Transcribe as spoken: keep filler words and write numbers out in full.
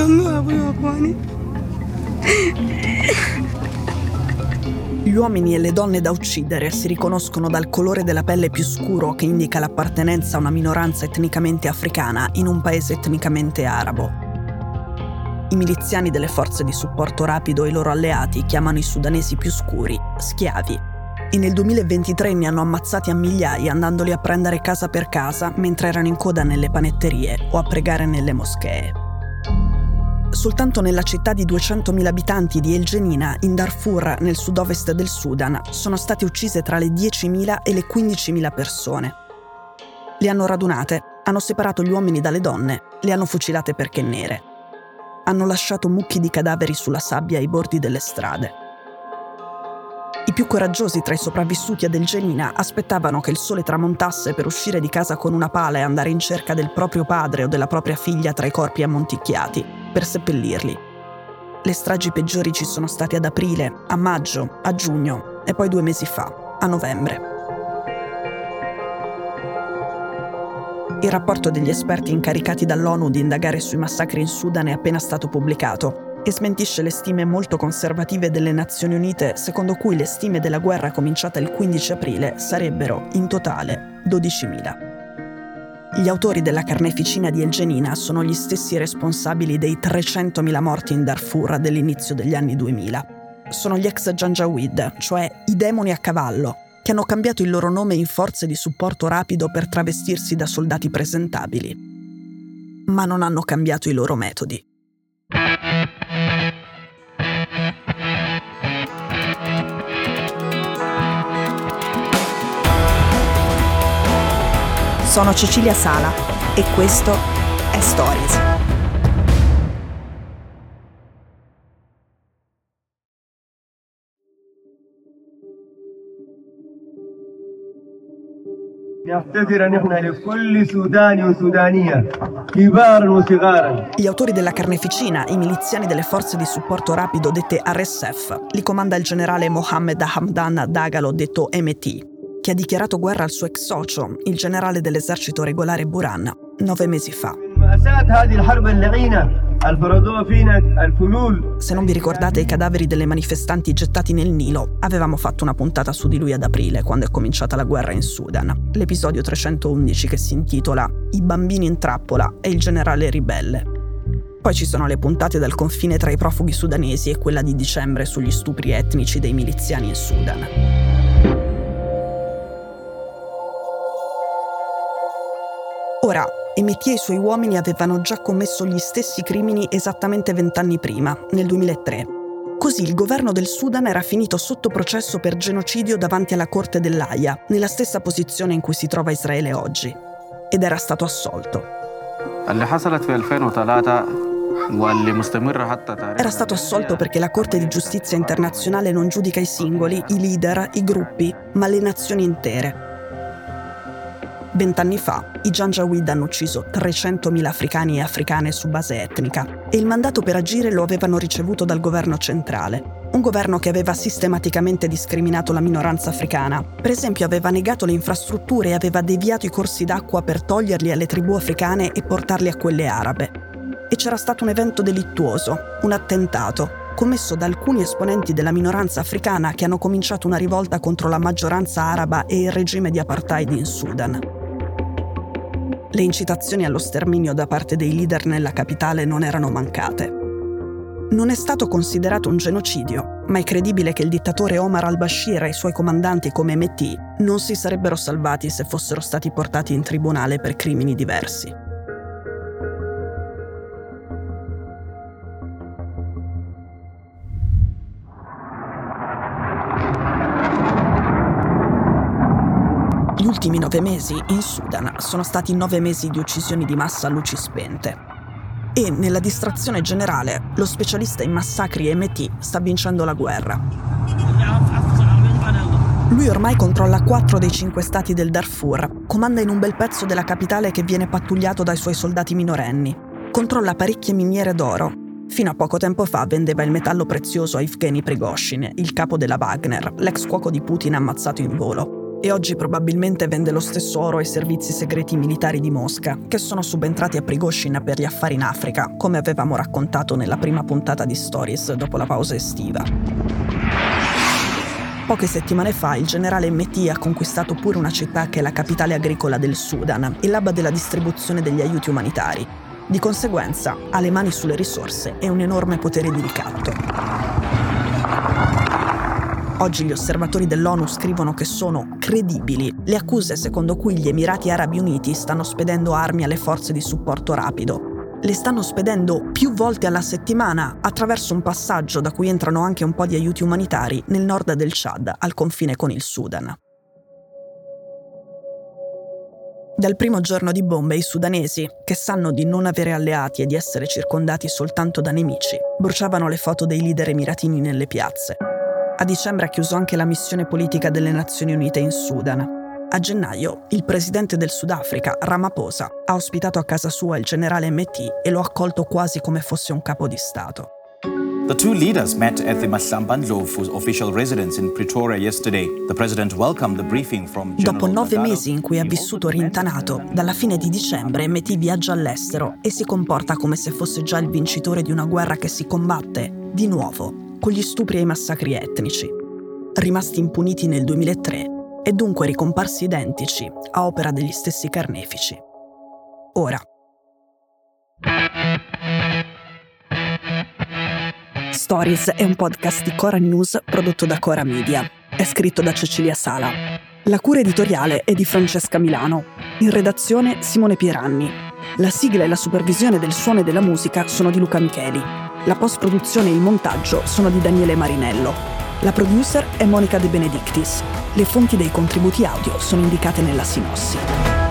Gli uomini e le donne da uccidere si riconoscono dal colore della pelle più scuro che indica l'appartenenza a una minoranza etnicamente africana in un paese etnicamente arabo. I miliziani delle forze di supporto rapido e i loro alleati chiamano i sudanesi più scuri schiavi e nel duemilaventitré ne hanno ammazzati a migliaia andandoli a prendere casa per casa mentre erano in coda nelle panetterie o a pregare nelle moschee. Soltanto nella città di duecentomila abitanti di El Genina, in Darfur, nel sud-ovest del Sudan, sono state uccise tra le diecimila e le quindicimila persone. Le hanno radunate, hanno separato gli uomini dalle donne, le hanno fucilate perché nere. Hanno lasciato mucchi di cadaveri sulla sabbia ai bordi delle strade. I più coraggiosi tra i sopravvissuti ad El Genina aspettavano che il sole tramontasse per uscire di casa con una pala e andare in cerca del proprio padre o della propria figlia tra i corpi ammonticchiati, per seppellirli. Le stragi peggiori ci sono state ad aprile, a maggio, a giugno e poi due mesi fa, a novembre. Il rapporto degli esperti incaricati dall'ONU di indagare sui massacri in Sudan è appena stato pubblicato e smentisce le stime molto conservative delle Nazioni Unite, secondo cui le stime della guerra cominciata il quindici aprile sarebbero, in totale, dodicimila. Gli autori della carneficina di El Genina sono gli stessi responsabili dei trecentomila morti in Darfur dell'inizio degli anni duemila. Sono gli ex Janjaweed, cioè i demoni a cavallo, che hanno cambiato il loro nome in forze di supporto rapido per travestirsi da soldati presentabili. Ma non hanno cambiato i loro metodi. Sono Cecilia Sala e questo è Stories. Gli autori della carneficina, i miliziani delle forze di supporto rapido dette R S F, li comanda il generale Mohammed Hamdan Dagalo detto M T, che ha dichiarato guerra al suo ex socio, il generale dell'esercito regolare Buran, nove mesi fa. Se non vi ricordate i cadaveri delle manifestanti gettati nel Nilo, avevamo fatto una puntata su di lui ad aprile, quando è cominciata la guerra in Sudan. L'episodio trecentoundici che si intitola I bambini in trappola e il generale ribelle. Poi ci sono le puntate dal confine tra i profughi sudanesi e quella di dicembre sugli stupri etnici dei miliziani in Sudan. Ora, M T e i suoi uomini avevano già commesso gli stessi crimini esattamente vent'anni prima, nel duemilatré. Così il governo del Sudan era finito sotto processo per genocidio davanti alla Corte dell'Aia, nella stessa posizione in cui si trova Israele oggi. Ed era stato assolto. Era stato assolto perché la Corte di Giustizia Internazionale non giudica i singoli, i leader, i gruppi, ma le nazioni intere. Vent'anni fa, i Janjaweed hanno ucciso trecentomila africani e africane su base etnica e il mandato per agire lo avevano ricevuto dal governo centrale. Un governo che aveva sistematicamente discriminato la minoranza africana. Per esempio aveva negato le infrastrutture e aveva deviato i corsi d'acqua per toglierli alle tribù africane e portarli a quelle arabe. E c'era stato un evento delittuoso, un attentato, commesso da alcuni esponenti della minoranza africana che hanno cominciato una rivolta contro la maggioranza araba e il regime di apartheid in Sudan. Le incitazioni allo sterminio da parte dei leader nella capitale non erano mancate. Non è stato considerato un genocidio, ma è credibile che il dittatore Omar al-Bashir e i suoi comandanti come M T non si sarebbero salvati se fossero stati portati in tribunale per crimini diversi. Gli ultimi nove mesi in Sudan sono stati nove mesi di uccisioni di massa a luci spente. E, nella distrazione generale, lo specialista in massacri M T sta vincendo la guerra. Lui ormai controlla quattro dei cinque stati del Darfur, comanda in un bel pezzo della capitale che viene pattugliato dai suoi soldati minorenni, controlla parecchie miniere d'oro. Fino a poco tempo fa vendeva il metallo prezioso a Evgeny Prigozhin, il capo della Wagner, l'ex cuoco di Putin ammazzato in volo. e oggi probabilmente vende lo stesso oro ai servizi segreti militari di Mosca, che sono subentrati a Prigozhin per gli affari in Africa, come avevamo raccontato nella prima puntata di Stories dopo la pausa estiva. Poche settimane fa il generale M T ha conquistato pure una città che è la capitale agricola del Sudan, il hub della distribuzione degli aiuti umanitari. Di conseguenza ha le mani sulle risorse e un enorme potere di ricatto. Oggi gli osservatori dell'ONU scrivono che sono credibili le accuse secondo cui gli Emirati Arabi Uniti stanno spedendo armi alle forze di supporto rapido. Le stanno spedendo più volte alla settimana attraverso un passaggio da cui entrano anche un po' di aiuti umanitari nel nord del Chad, al confine con il Sudan. Dal primo giorno di bombe i sudanesi, che sanno di non avere alleati e di essere circondati soltanto da nemici, bruciavano le foto dei leader emiratini nelle piazze. A dicembre ha chiuso anche la missione politica delle Nazioni Unite in Sudan. A gennaio, il presidente del Sudafrica, Ramaphosa, ha ospitato a casa sua il generale M T e lo ha accolto quasi come fosse un capo di Stato. The two leaders met at the Mahlangu official residence in Pretoria yesterday. The president welcomed the briefing from General Dopo nove Dagalo. mesi in cui ha vissuto rintanato, dalla fine di dicembre M T viaggia all'estero e si comporta come se fosse già il vincitore di una guerra che si combatte, di nuovo, con gli stupri e i massacri etnici. Rimasti impuniti nel duemilatré e dunque ricomparsi identici a opera degli stessi carnefici. Ora. Stories è un podcast di Cora News prodotto da Cora Media. È scritto da Cecilia Sala. La cura editoriale è di Francesca Milano. In redazione Simone Pieranni. La sigla e la supervisione del suono e della musica sono di Luca Micheli. La post-produzione e il montaggio sono di Daniele Marinello. La producer è Monica De Benedictis. Le fonti dei contributi audio sono indicate nella sinossi.